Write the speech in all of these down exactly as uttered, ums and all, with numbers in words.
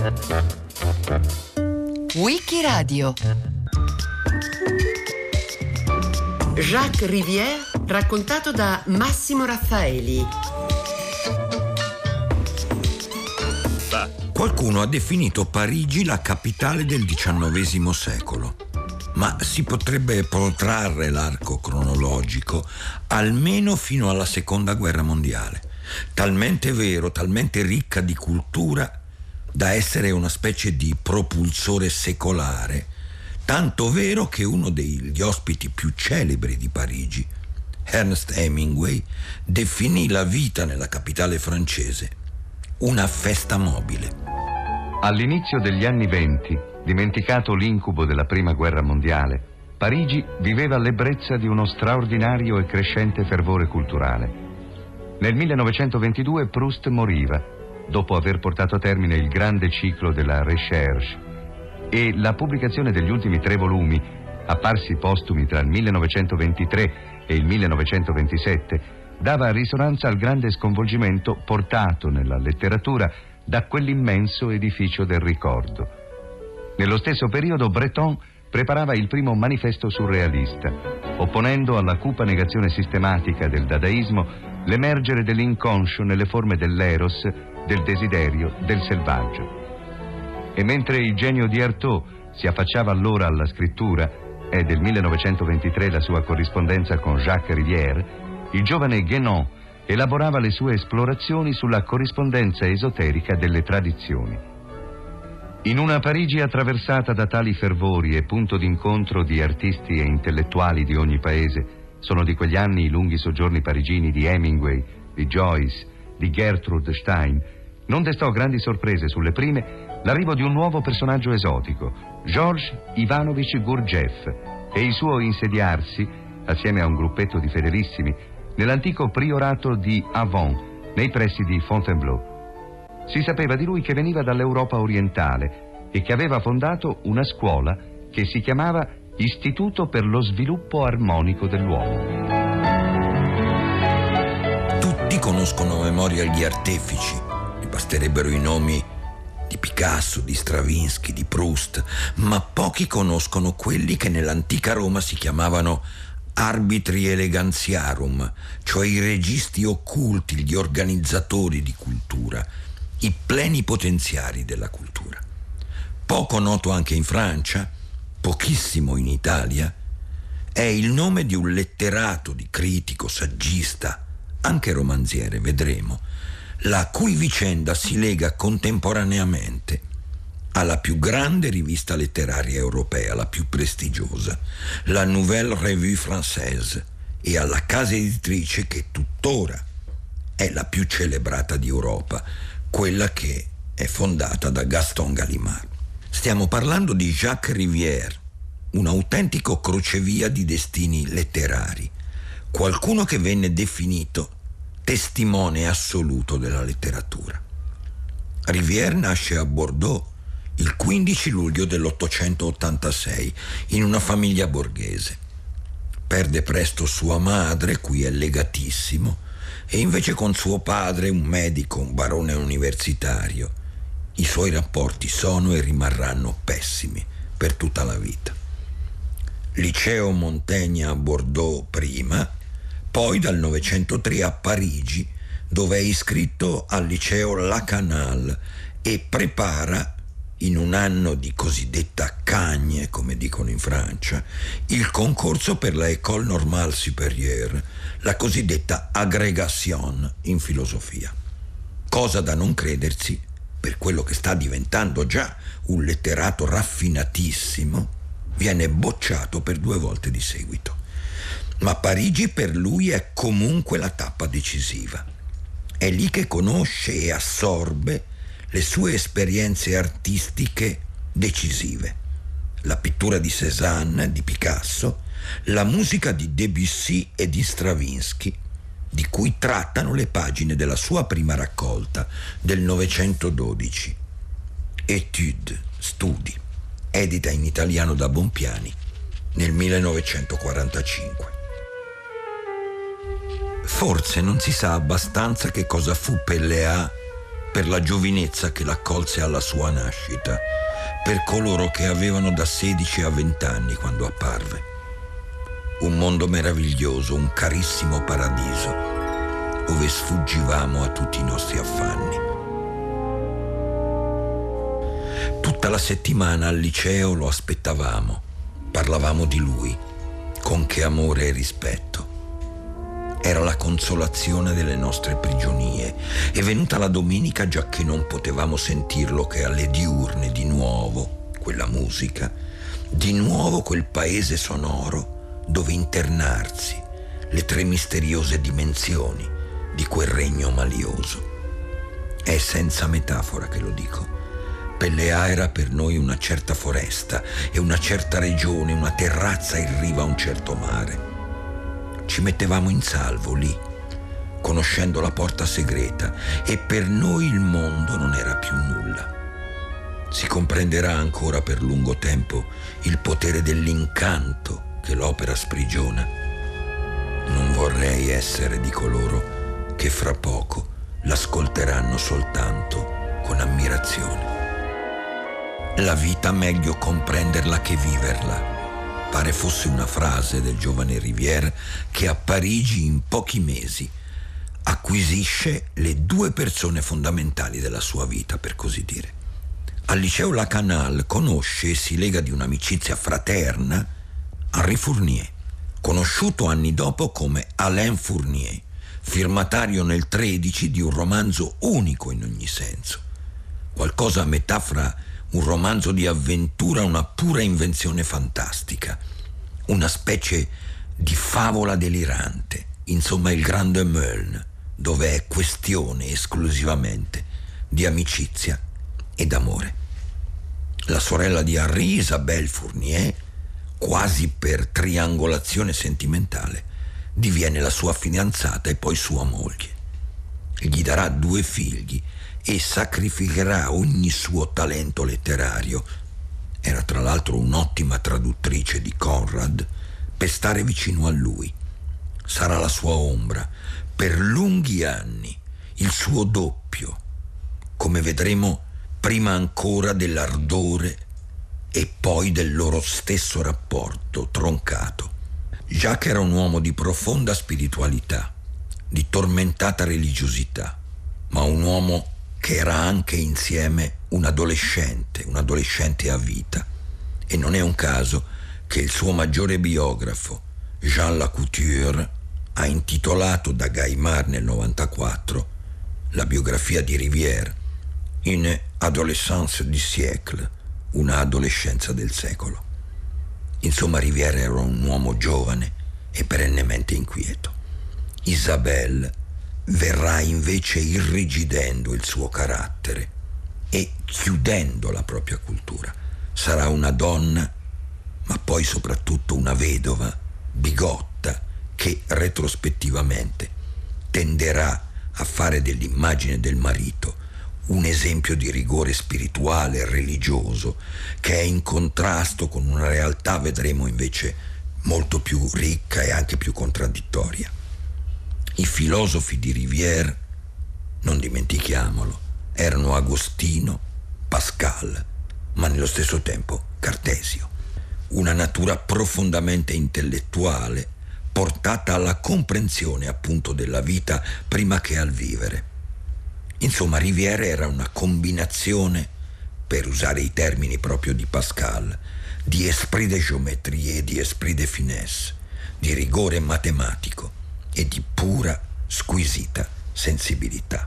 Wikiradio. Jacques Rivière raccontato da Massimo Raffaeli. Qualcuno ha definito Parigi la capitale del diciannovesimo secolo, ma si potrebbe protrarre l'arco cronologico almeno fino alla Seconda Guerra Mondiale. Talmente vero, talmente ricca di cultura da essere una specie di propulsore secolare, tanto vero che uno degli ospiti più celebri di Parigi, Ernest Hemingway, definì la vita nella capitale francese una festa mobile. All'inizio degli anni venti, dimenticato l'incubo della Prima Guerra Mondiale, Parigi viveva l'ebbrezza di uno straordinario e crescente fervore culturale. Nel millenovecentoventidue Proust moriva, dopo aver portato a termine il grande ciclo della Recherche, e la pubblicazione degli ultimi tre volumi, apparsi postumi tra il millenovecentoventitré e il millenovecentoventisette, dava risonanza al grande sconvolgimento portato nella letteratura da quell'immenso edificio del ricordo. Nello stesso periodo Breton preparava il primo manifesto surrealista, opponendo alla cupa negazione sistematica del dadaismo l'emergere dell'inconscio nelle forme dell'eros, del desiderio, del selvaggio. E mentre il genio di Artaud si affacciava allora alla scrittura, è del millenovecentoventitré la sua corrispondenza con Jacques Rivière, il giovane Guénon elaborava le sue esplorazioni sulla corrispondenza esoterica delle tradizioni. In una Parigi attraversata da tali fervori e punto d'incontro di artisti e intellettuali di ogni paese, sono di quegli anni i lunghi soggiorni parigini di Hemingway, di Joyce, di Gertrude Stein, non destò grandi sorprese sulle prime l'arrivo di un nuovo personaggio esotico, Georges Ivanovich Gurdjieff, e il suo insediarsi, assieme a un gruppetto di fedelissimi, nell'antico priorato di Avon, nei pressi di Fontainebleau. Si sapeva di lui che veniva dall'Europa orientale e che aveva fondato una scuola che si chiamava Istituto per lo sviluppo armonico dell'uomo. Tutti conoscono a memoria gli artefici, ne basterebbero i nomi di Picasso, di Stravinsky, di Proust, ma pochi conoscono quelli che nell'antica Roma si chiamavano arbitri elegantiarum, cioè i registi occulti, gli organizzatori di cultura, i plenipotenziari della cultura. Poco noto anche in Francia, pochissimo in Italia, è il nome di un letterato, di critico, saggista, anche romanziere, vedremo, la cui vicenda si lega contemporaneamente alla più grande rivista letteraria europea, la più prestigiosa, la Nouvelle Revue Française, e alla casa editrice che tuttora è la più celebrata di Europa, quella che è fondata da Gaston Gallimard. Stiamo parlando di Jacques Rivière, un autentico crocevia di destini letterari, qualcuno che venne definito testimone assoluto della letteratura. Rivière nasce a Bordeaux il quindici luglio dell'ottocentottantasei in una famiglia borghese. Perde presto sua madre, cui è legatissimo, e invece con suo padre, un medico, un barone universitario, i suoi rapporti sono e rimarranno pessimi per tutta la vita. Liceo Montaigne a Bordeaux prima, poi dal novecentotre a Parigi, dove è iscritto al liceo Lacanal e prepara, in un anno di cosiddetta cagne, come dicono in Francia, il concorso per la École Normale Supérieure, la cosiddetta agrégation in filosofia. Cosa da non credersi per quello che sta diventando già un letterato raffinatissimo, viene bocciato per due volte di seguito. Ma Parigi per lui è comunque la tappa decisiva. È lì che conosce e assorbe le sue esperienze artistiche decisive. La pittura di Cézanne, di Picasso, la musica di Debussy e di Stravinsky, di cui trattano le pagine della sua prima raccolta del novecentododici, Études, studi, edita in italiano da Bompiani nel millenovecentoquarantacinque. Forse non si sa abbastanza che cosa fu Pelléa per la giovinezza che l'accolse alla sua nascita, per coloro che avevano da sedici a venti anni quando apparve. Un mondo meraviglioso, un carissimo paradiso, dove sfuggivamo a tutti i nostri affanni. Tutta la settimana al liceo lo aspettavamo, parlavamo di lui, con che amore e rispetto. Era la consolazione delle nostre prigionie, e venuta la domenica, giacché non potevamo sentirlo che alle diurne, di nuovo quella musica, di nuovo quel paese sonoro dove internarsi, le tre misteriose dimensioni di quel regno malioso. È senza metafora che lo dico. Pellea era per noi una certa foresta e una certa regione, una terrazza in riva a un certo mare. Ci mettevamo in salvo lì, conoscendo la porta segreta, e per noi il mondo non era più nulla. Si comprenderà ancora per lungo tempo il potere dell'incanto che l'opera sprigiona. Non vorrei essere di coloro che fra poco l'ascolteranno soltanto con ammirazione. La vita meglio comprenderla che viverla. Pare fosse una frase del giovane Rivière, che a Parigi in pochi mesi acquisisce le due persone fondamentali della sua vita, per così dire. Al liceo La Canale conosce e si lega di un'amicizia fraterna Henri Fournier, conosciuto anni dopo come Alain Fournier, firmatario nel tredici di un romanzo unico in ogni senso, qualcosa a metà fra un romanzo di avventura, una pura invenzione fantastica, una specie di favola delirante, insomma il Grande Meulne, dove è questione esclusivamente di amicizia e d'amore. La sorella di Henri, Isabelle Fournier, quasi per triangolazione sentimentale, diviene la sua fidanzata e poi sua moglie. Gli darà due figli e sacrificherà ogni suo talento letterario. Era tra l'altro un'ottima traduttrice di Conrad, per stare vicino a lui. Sarà la sua ombra per lunghi anni, il suo doppio, come vedremo, prima ancora dell'ardore e poi del loro stesso rapporto troncato. Jacques era un uomo di profonda spiritualità, di tormentata religiosità, ma un uomo che era anche insieme un adolescente, un adolescente a vita. E non è un caso che il suo maggiore biografo, Jean Lacouture, ha intitolato da Gaimard nel novantaquattro la biografia di Rivière, Une adolescence du siècle, una adolescenza del secolo. Insomma, Rivière era un uomo giovane e perennemente inquieto. Isabelle verrà invece irrigidendo il suo carattere e chiudendo la propria cultura. Sarà una donna, ma poi soprattutto una vedova bigotta che retrospettivamente tenderà a fare dell'immagine del marito un esempio di rigore spirituale e religioso, che è in contrasto con una realtà, vedremo invece, molto più ricca e anche più contraddittoria. I filosofi di Rivière, non dimentichiamolo, erano Agostino, Pascal, ma nello stesso tempo Cartesio. Una natura profondamente intellettuale, portata alla comprensione appunto della vita prima che al vivere. Insomma, Rivière era una combinazione, per usare i termini proprio di Pascal, di esprit de géométrie e di esprit de finesse, di rigore matematico e di pura, squisita sensibilità.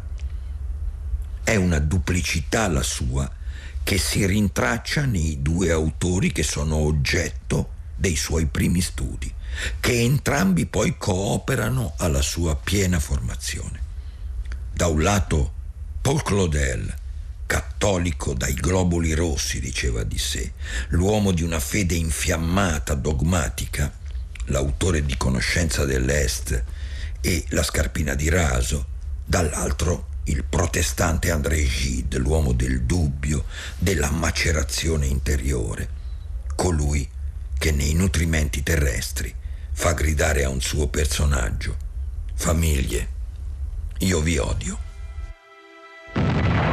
È una duplicità la sua che si rintraccia nei due autori che sono oggetto dei suoi primi studi, che entrambi poi cooperano alla sua piena formazione. Da un lato Paul Claudel, cattolico dai globuli rossi, diceva di sé, l'uomo di una fede infiammata, dogmatica, l'autore di Conoscenza dell'Est e La scarpina di raso, dall'altro il protestante André Gide, l'uomo del dubbio, della macerazione interiore, colui che nei nutrimenti terrestri fa gridare a un suo personaggio: famiglie, io vi odio.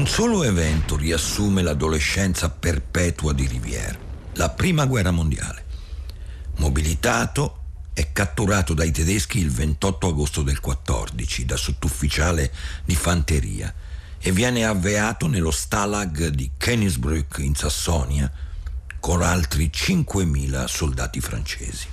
Un solo evento riassume l'adolescenza perpetua di Rivière: la Prima Guerra Mondiale. Mobilitato, è catturato dai tedeschi il ventotto agosto del quattordici da sottufficiale di fanteria e viene avveato nello Stalag di Königsbrück in Sassonia con altri cinquemila soldati francesi.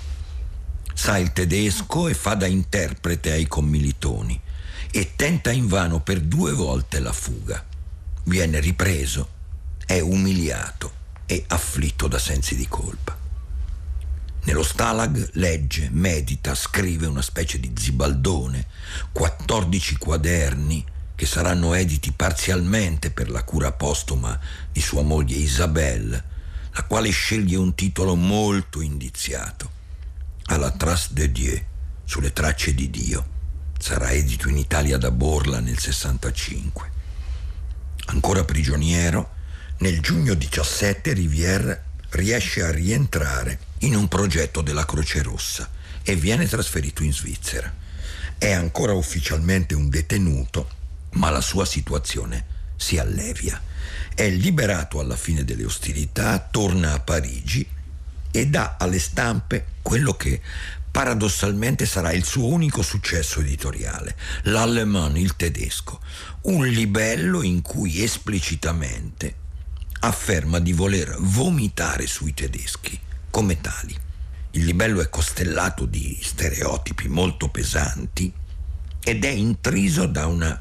Sa il tedesco e fa da interprete ai commilitoni e tenta invano per due volte la fuga. Viene ripreso, è umiliato e afflitto da sensi di colpa. Nello Stalag legge, medita, scrive una specie di zibaldone, quattordici quaderni che saranno editi parzialmente per la cura postuma di sua moglie Isabelle, la quale sceglie un titolo molto indiziato: À la trace de Dieu, sulle tracce di Dio. Sarà edito in Italia da Borla nel sessantacinque. Ancora prigioniero, nel giugno diciassette Rivière riesce a rientrare in un progetto della Croce Rossa e viene trasferito in Svizzera. È ancora ufficialmente un detenuto, ma la sua situazione si allevia. È liberato alla fine delle ostilità, torna a Parigi e dà alle stampe quello che paradossalmente sarà il suo unico successo editoriale, l'Allemand, il tedesco, un libello in cui esplicitamente afferma di voler vomitare sui tedeschi come tali. Il libello è costellato di stereotipi molto pesanti ed è intriso da una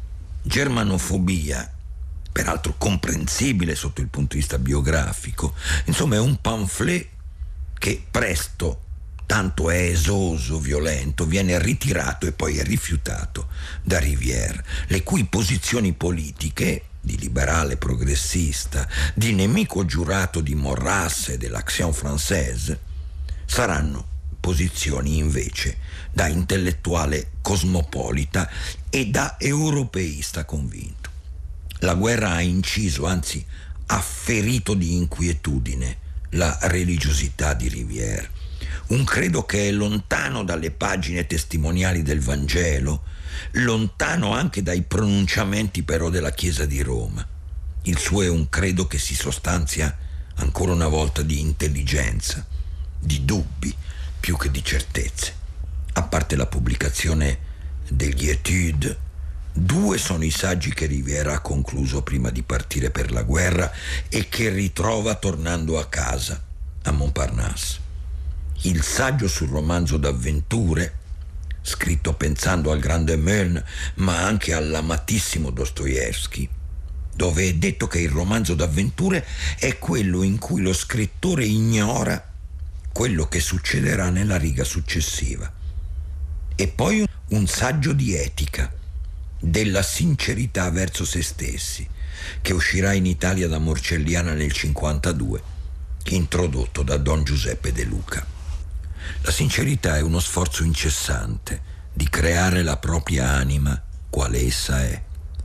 germanofobia, peraltro comprensibile sotto il punto di vista biografico. Insomma, è un pamphlet che presto, tanto è esoso, violento, viene ritirato e poi è rifiutato da Rivière, le cui posizioni politiche di liberale progressista, di nemico giurato di Maurras e dell'Action Française, saranno posizioni invece da intellettuale cosmopolita e da europeista convinto. La guerra ha inciso, anzi ha ferito di inquietudine la religiosità di Rivière, un credo che è lontano dalle pagine testimoniali del Vangelo, lontano anche dai pronunciamenti però della Chiesa di Roma. Il suo è un credo che si sostanzia ancora una volta di intelligenza, di dubbi più che di certezze. A parte la pubblicazione degli Études, due sono i saggi che Rivière ha concluso prima di partire per la guerra e che ritrova tornando a casa, a Montparnasse. Il saggio sul romanzo d'avventure, scritto pensando al grande Meuln, ma anche all'amatissimo Dostoevskij, dove è detto che il romanzo d'avventure è quello in cui lo scrittore ignora quello che succederà nella riga successiva. E poi un saggio di etica, della sincerità verso se stessi, che uscirà in Italia da Morcelliana nel cinquantadue, introdotto da Don Giuseppe De Luca. La sincerità è uno sforzo incessante di creare la propria anima quale essa è.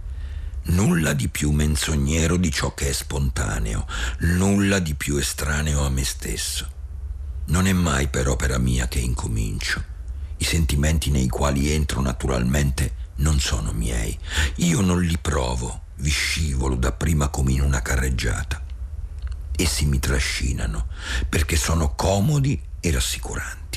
Nulla di più menzognero di ciò che è spontaneo, nulla di più estraneo a me stesso. Non è mai per opera mia che incomincio. I sentimenti nei quali entro naturalmente non sono miei. Io non li provo, vi scivolo dapprima come in una carreggiata. Essi mi trascinano perché sono comodi e rassicuranti.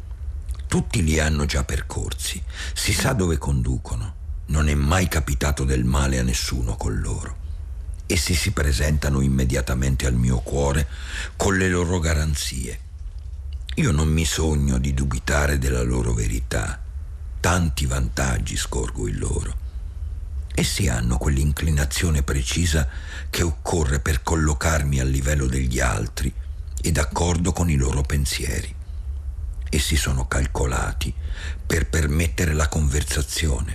Tutti li hanno già percorsi, si sa dove conducono. Non è mai capitato del male a nessuno con loro. Essi si presentano immediatamente al mio cuore con le loro garanzie. Io non mi sogno di dubitare della loro verità. Tanti vantaggi scorgo in loro. Essi hanno quell'inclinazione precisa che occorre per collocarmi al livello degli altri e d'accordo con i loro pensieri. Essi sono calcolati per permettere la conversazione,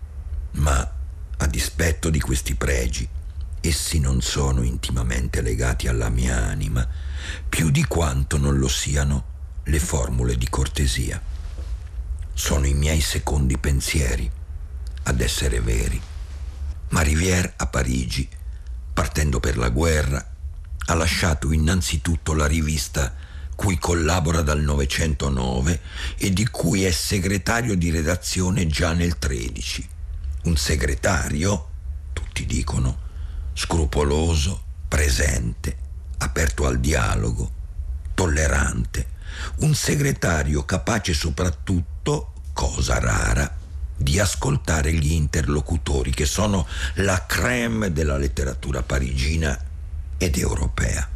ma a dispetto di questi pregi, essi non sono intimamente legati alla mia anima, più di quanto non lo siano le formule di cortesia. Sono i miei secondi pensieri ad essere veri. Ma Rivière a Parigi, partendo per la guerra, ha lasciato innanzitutto la rivista cui collabora dal novecentonove e di cui è segretario di redazione già nel tredici. Un segretario, tutti dicono, scrupoloso, presente, aperto al dialogo, tollerante, un segretario capace soprattutto, cosa rara, di ascoltare gli interlocutori, che sono la crème della letteratura parigina ed europea.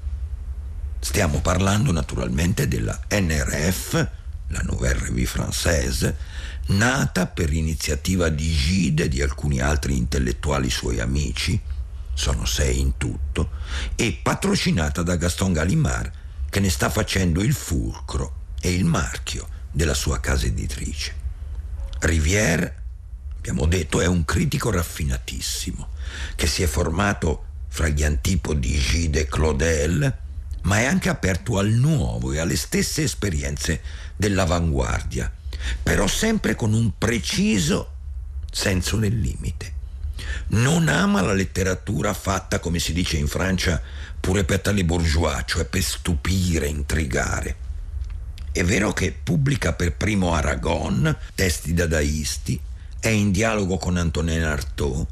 Stiamo parlando naturalmente della N R F, la Nouvelle Revue Française, nata per iniziativa di Gide e di alcuni altri intellettuali suoi amici, sono sei in tutto, e patrocinata da Gaston Gallimard, che ne sta facendo il fulcro e il marchio della sua casa editrice. Rivière, abbiamo detto, è un critico raffinatissimo che si è formato fra gli antipodi Gide e Claudel, ma è anche aperto al nuovo e alle stesse esperienze dell'avanguardia, però sempre con un preciso senso del limite. Non ama la letteratura fatta, come si dice in Francia, pour épater les bourgeois, cioè per stupire, intrigare. È vero che pubblica per primo Aragon, testi dadaisti, è in dialogo con Antonin Artaud,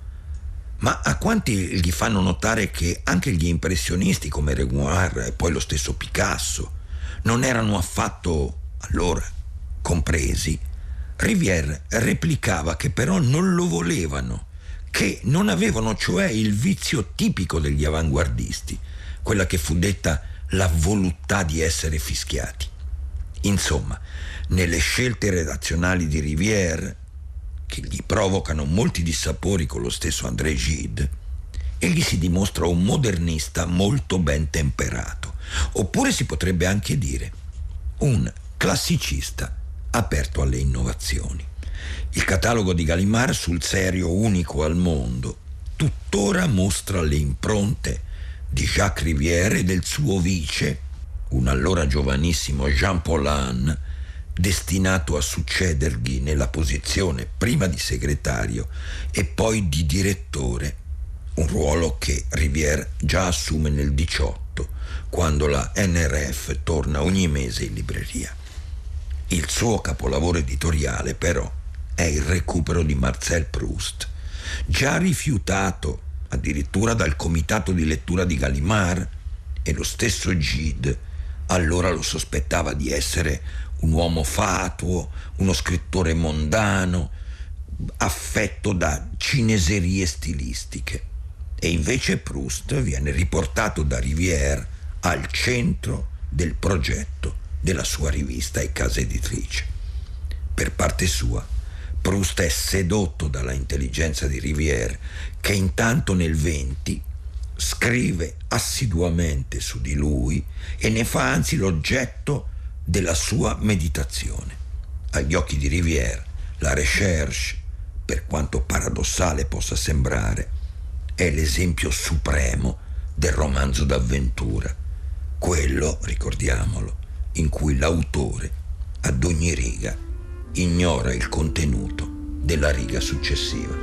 ma a quanti gli fanno notare che anche gli impressionisti come Renoir e poi lo stesso Picasso non erano affatto, allora, compresi, Rivière replicava che però non lo volevano, che non avevano cioè il vizio tipico degli avanguardisti, quella che fu detta la voluttà di essere fischiati. Insomma, nelle scelte redazionali di Rivière, che gli provocano molti dissapori con lo stesso André Gide, egli si dimostra un modernista molto ben temperato, oppure si potrebbe anche dire un classicista aperto alle innovazioni. Il catalogo di Gallimard, sul serio unico al mondo, tuttora mostra le impronte di Jacques Rivière e del suo vice, un allora giovanissimo Jean Paulhan, destinato a succedergli nella posizione prima di segretario e poi di direttore, un ruolo che Rivière già assume nel diciotto, quando la N R F torna ogni mese in libreria. Il suo capolavoro editoriale, però, è il recupero di Marcel Proust, già rifiutato addirittura dal comitato di lettura di Gallimard, e lo stesso Gide allora lo sospettava di essere un uomo fatuo, uno scrittore mondano, affetto da cineserie stilistiche. E invece Proust viene riportato da Rivière al centro del progetto della sua rivista e casa editrice. Per parte sua, Proust è sedotto dalla intelligenza di Rivière, che intanto nel venti scrive assiduamente su di lui e ne fa anzi l'oggetto della sua meditazione. Agli occhi di Rivière, la recherche, per quanto paradossale possa sembrare, è l'esempio supremo del romanzo d'avventura, quello, ricordiamolo, in cui l'autore, ad ogni riga, ignora il contenuto della riga successiva.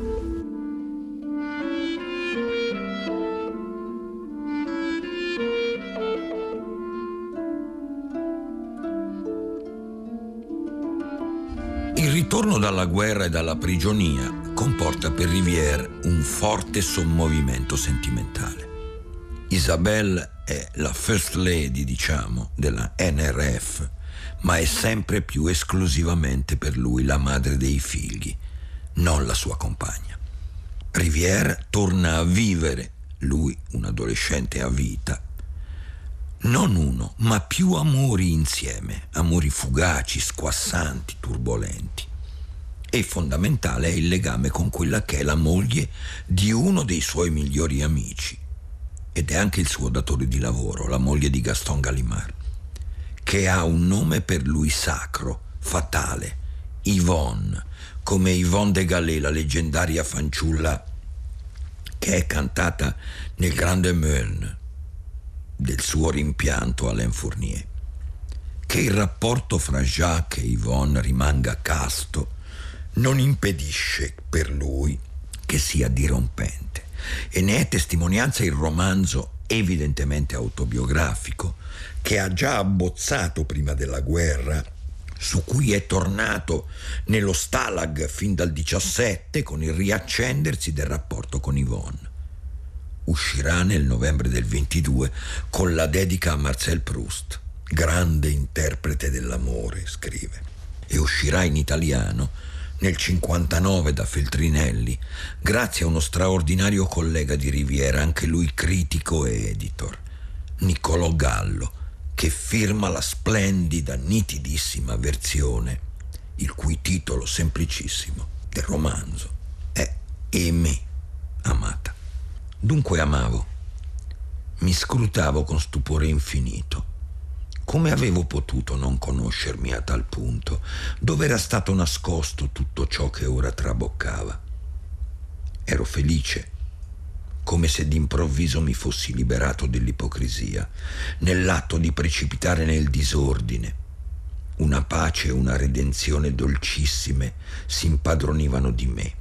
Il ritorno dalla guerra e dalla prigionia comporta per Rivière un forte sommovimento sentimentale. Isabelle è la first lady, diciamo, della N R F, ma è sempre più esclusivamente per lui la madre dei figli, non la sua compagna. Rivière torna a vivere, lui un adolescente a vita, non uno, ma più amori insieme, amori fugaci, squassanti, turbolenti. E fondamentale è il legame con quella che è la moglie di uno dei suoi migliori amici, ed è anche il suo datore di lavoro, la moglie di Gaston Gallimard, che ha un nome per lui sacro, fatale, Yvonne, come Yvonne de Galais, la leggendaria fanciulla che è cantata nel Grande Meurne del suo rimpianto Alain Fournier. Che il rapporto fra Jacques e Yvonne rimanga casto non impedisce per lui che sia dirompente, e ne è testimonianza il romanzo evidentemente autobiografico che ha già abbozzato prima della guerra su cui è tornato nello Stalag fin dal diciassette con il riaccendersi del rapporto con Yvonne. Uscirà nel novembre del ventidue con la dedica a Marcel Proust, grande interprete dell'amore, scrive, e uscirà in italiano nel cinquantanove da Feltrinelli, grazie a uno straordinario collega di Rivière, anche lui critico e editor, Niccolò Gallo, che firma la splendida, nitidissima versione, il cui titolo semplicissimo del romanzo è Aimé, amata. Dunque amavo, mi scrutavo con stupore infinito. Come avevo potuto non conoscermi a tal punto, dove era stato nascosto tutto ciò che ora traboccava? Ero felice, come se d'improvviso mi fossi liberato dell'ipocrisia, nell'atto di precipitare nel disordine. Una pace e una redenzione dolcissime si impadronivano di me.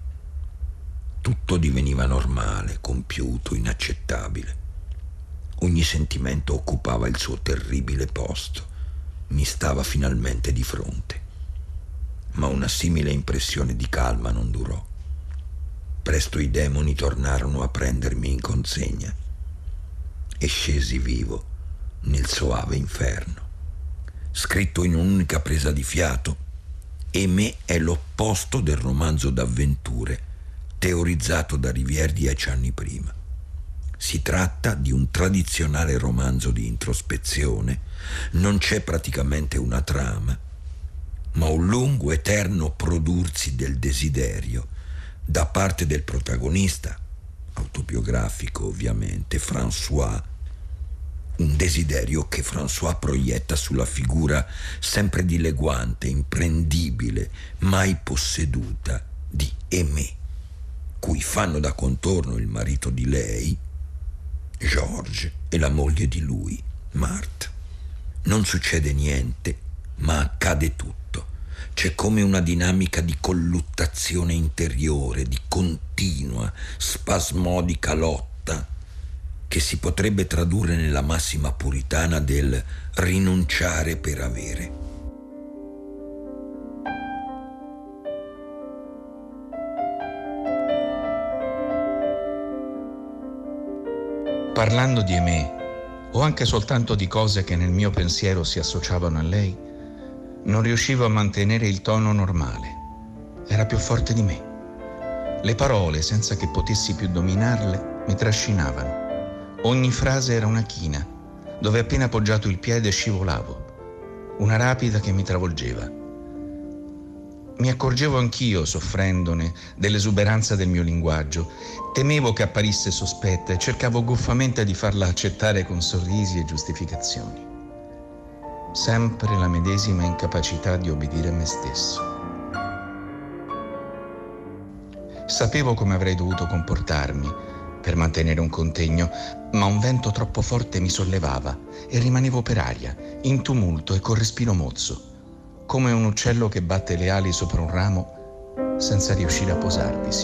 Tutto diveniva normale, compiuto, inaccettabile. Ogni sentimento occupava il suo terribile posto. Mi stava finalmente di fronte. Ma una simile impressione di calma non durò. Presto i demoni tornarono a prendermi in consegna e scesi vivo nel soave inferno. Scritto in un'unica presa di fiato, Aimé è l'opposto del romanzo d'avventure teorizzato da Rivière dieci anni prima. Si tratta di un tradizionale romanzo di introspezione, non c'è praticamente una trama, ma un lungo eterno prodursi del desiderio da parte del protagonista, autobiografico ovviamente, François, un desiderio che François proietta sulla figura sempre dileguante, imprendibile, mai posseduta di Aimé, cui fanno da contorno il marito di lei, Georges, e la moglie di lui, Marthe. Non succede niente, ma accade tutto. C'è come una dinamica di colluttazione interiore, di continua, spasmodica lotta, che si potrebbe tradurre nella massima puritana del rinunciare per avere. Parlando di Aimé, o anche soltanto di cose che nel mio pensiero si associavano a lei, non riuscivo a mantenere il tono normale. Era più forte di me. Le parole, senza che potessi più dominarle, mi trascinavano. Ogni frase era una china, dove appena appoggiato il piede scivolavo. Una rapida che mi travolgeva. Mi accorgevo anch'io, soffrendone, dell'esuberanza del mio linguaggio. Temevo che apparisse sospetta e cercavo goffamente di farla accettare con sorrisi e giustificazioni. Sempre la medesima incapacità di obbedire a me stesso. Sapevo come avrei dovuto comportarmi per mantenere un contegno, ma un vento troppo forte mi sollevava e rimanevo per aria, in tumulto e col respiro mozzo, come un uccello che batte le ali sopra un ramo senza riuscire a posarvisi.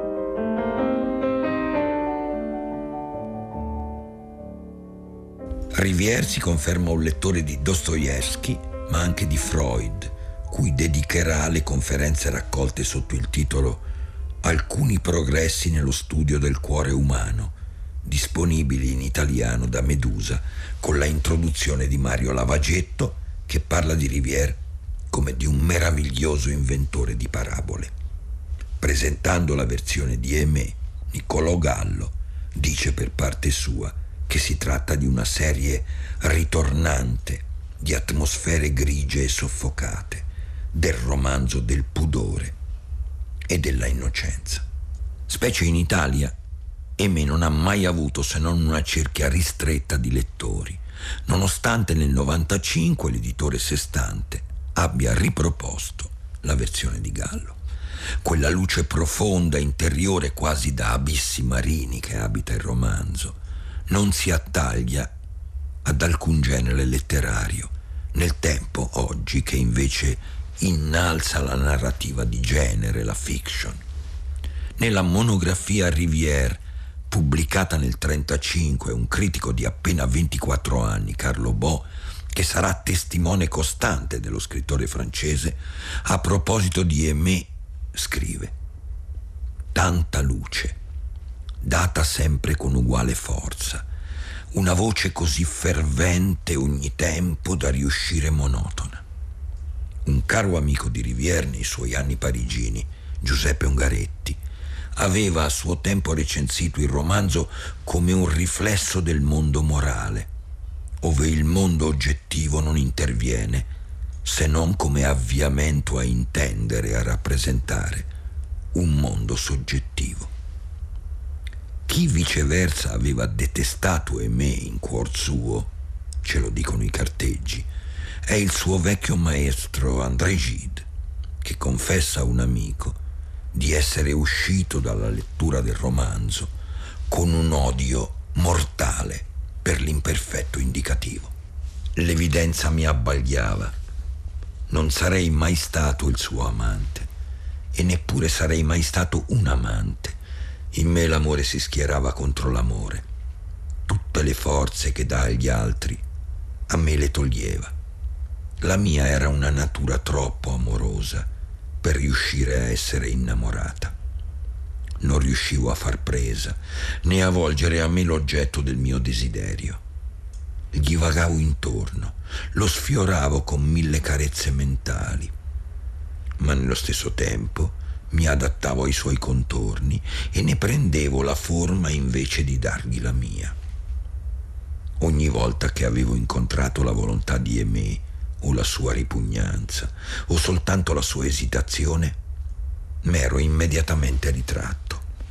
Rivière si conferma un lettore di Dostoevskij, ma anche di Freud, cui dedicherà le conferenze raccolte sotto il titolo Alcuni progressi nello studio del cuore umano, disponibili in italiano da Medusa, con la introduzione di Mario Lavagetto, che parla di Rivière come di un meraviglioso inventore di parabole. Presentando la versione di Aimé, Niccolò Gallo dice per parte sua che si tratta di una serie ritornante di atmosfere grigie e soffocate, del romanzo del pudore e della innocenza. Specie in Italia, Aimé non ha mai avuto se non una cerchia ristretta di lettori, nonostante nel novantacinque l'editore Sestante abbia riproposto la versione di Gallo. Quella luce profonda, interiore, quasi da abissi marini che abita il romanzo, non si attaglia ad alcun genere letterario, nel tempo oggi che invece innalza la narrativa di genere, la fiction. Nella monografia Rivière, pubblicata nel trentacinque, un critico di appena ventiquattro anni, Carlo Bo, che sarà testimone costante dello scrittore francese, a proposito di Aimé scrive: tanta luce, data sempre con uguale forza, una voce così fervente ogni tempo da riuscire monotona. Un caro amico di Rivière nei suoi anni parigini, Giuseppe Ungaretti, aveva a suo tempo recensito il romanzo come un riflesso del mondo morale, ove il mondo oggettivo non interviene se non come avviamento a intendere e a rappresentare un mondo soggettivo. Chi viceversa aveva detestato Aimé in cuor suo, ce lo dicono i carteggi, è il suo vecchio maestro André Gide, che confessa a un amico di essere uscito dalla lettura del romanzo con un odio mortale per l'imperfetto indicativo. L'evidenza mi abbagliava. Non sarei mai stato il suo amante e neppure sarei mai stato un amante. In me l'amore si schierava contro l'amore. Tutte le forze che dà agli altri a me le toglieva. La mia era una natura troppo amorosa per riuscire a essere innamorata. Non riuscivo a far presa né a volgere a me l'oggetto del mio desiderio. Gli vagavo intorno, lo sfioravo con mille carezze mentali, ma nello stesso tempo mi adattavo ai suoi contorni e ne prendevo la forma invece di dargli la mia. Ogni volta che avevo incontrato la volontà di Aimé o la sua ripugnanza o soltanto la sua esitazione, m'ero immediatamente ritratto.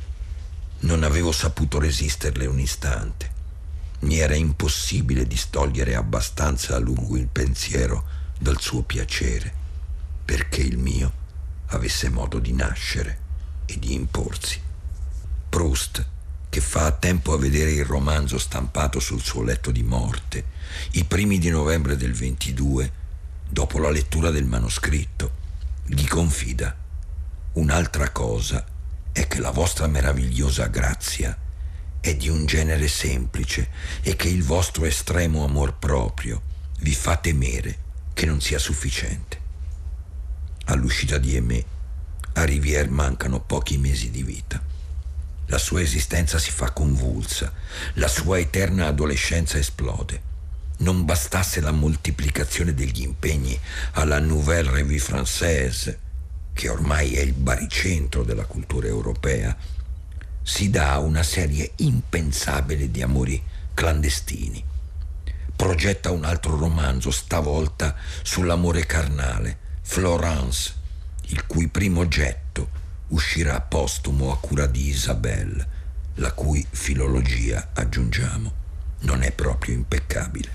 Non avevo saputo resisterle un istante. Mi era impossibile distogliere abbastanza a lungo il pensiero dal suo piacere, perché il mio avesse modo di nascere e di imporsi. Proust, che fa a tempo a vedere il romanzo stampato sul suo letto di morte, i primi di novembre del ventidue, dopo la lettura del manoscritto, gli confida: un'altra cosa è che la vostra meravigliosa grazia è di un genere semplice e che il vostro estremo amor proprio vi fa temere che non sia sufficiente. All'uscita di Aimé, a Rivière mancano pochi mesi di vita. La sua esistenza si fa convulsa, la sua eterna adolescenza esplode. Non bastasse la moltiplicazione degli impegni alla Nouvelle Revue Française, che ormai è il baricentro della cultura europea, si dà una serie impensabile di amori clandestini. Progetta un altro romanzo, stavolta sull'amore carnale, Florence, il cui primo getto uscirà postumo a cura di Isabelle, la cui filologia, aggiungiamo, non è proprio impeccabile.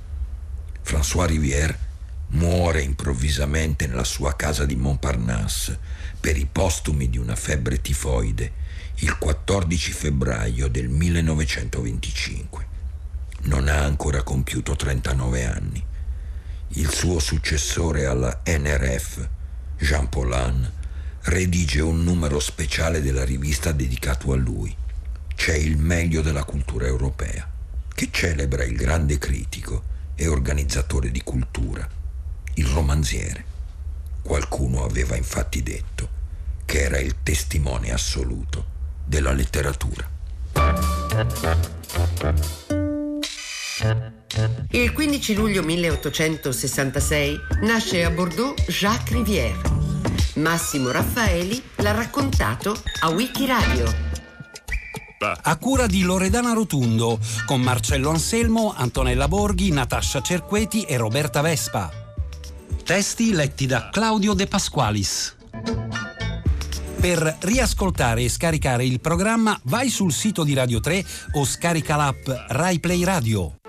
François Rivière muore improvvisamente nella sua casa di Montparnasse per i postumi di una febbre tifoide il quattordici febbraio del millenovecentoventicinque. Non ha ancora compiuto trentanove anni. Il suo successore alla N R F, Jean Paulhan, redige un numero speciale della rivista dedicato a lui. C'è il meglio della cultura europea, che celebra il grande critico e organizzatore di cultura, il romanziere. Qualcuno aveva infatti detto che era il testimone assoluto della letteratura. Il quindici luglio milleottocentosessantasei nasce a Bordeaux Jacques Rivière. Massimo Raffaeli l'ha raccontato a Wikiradio. A cura di Loredana Rotundo, con Marcello Anselmo, Antonella Borghi, Natascia Cerqueti e Roberta Vespa. Testi letti da Claudio De Pasqualis. Per riascoltare e scaricare il programma vai sul sito di Radio tre o scarica l'app Rai Play Radio.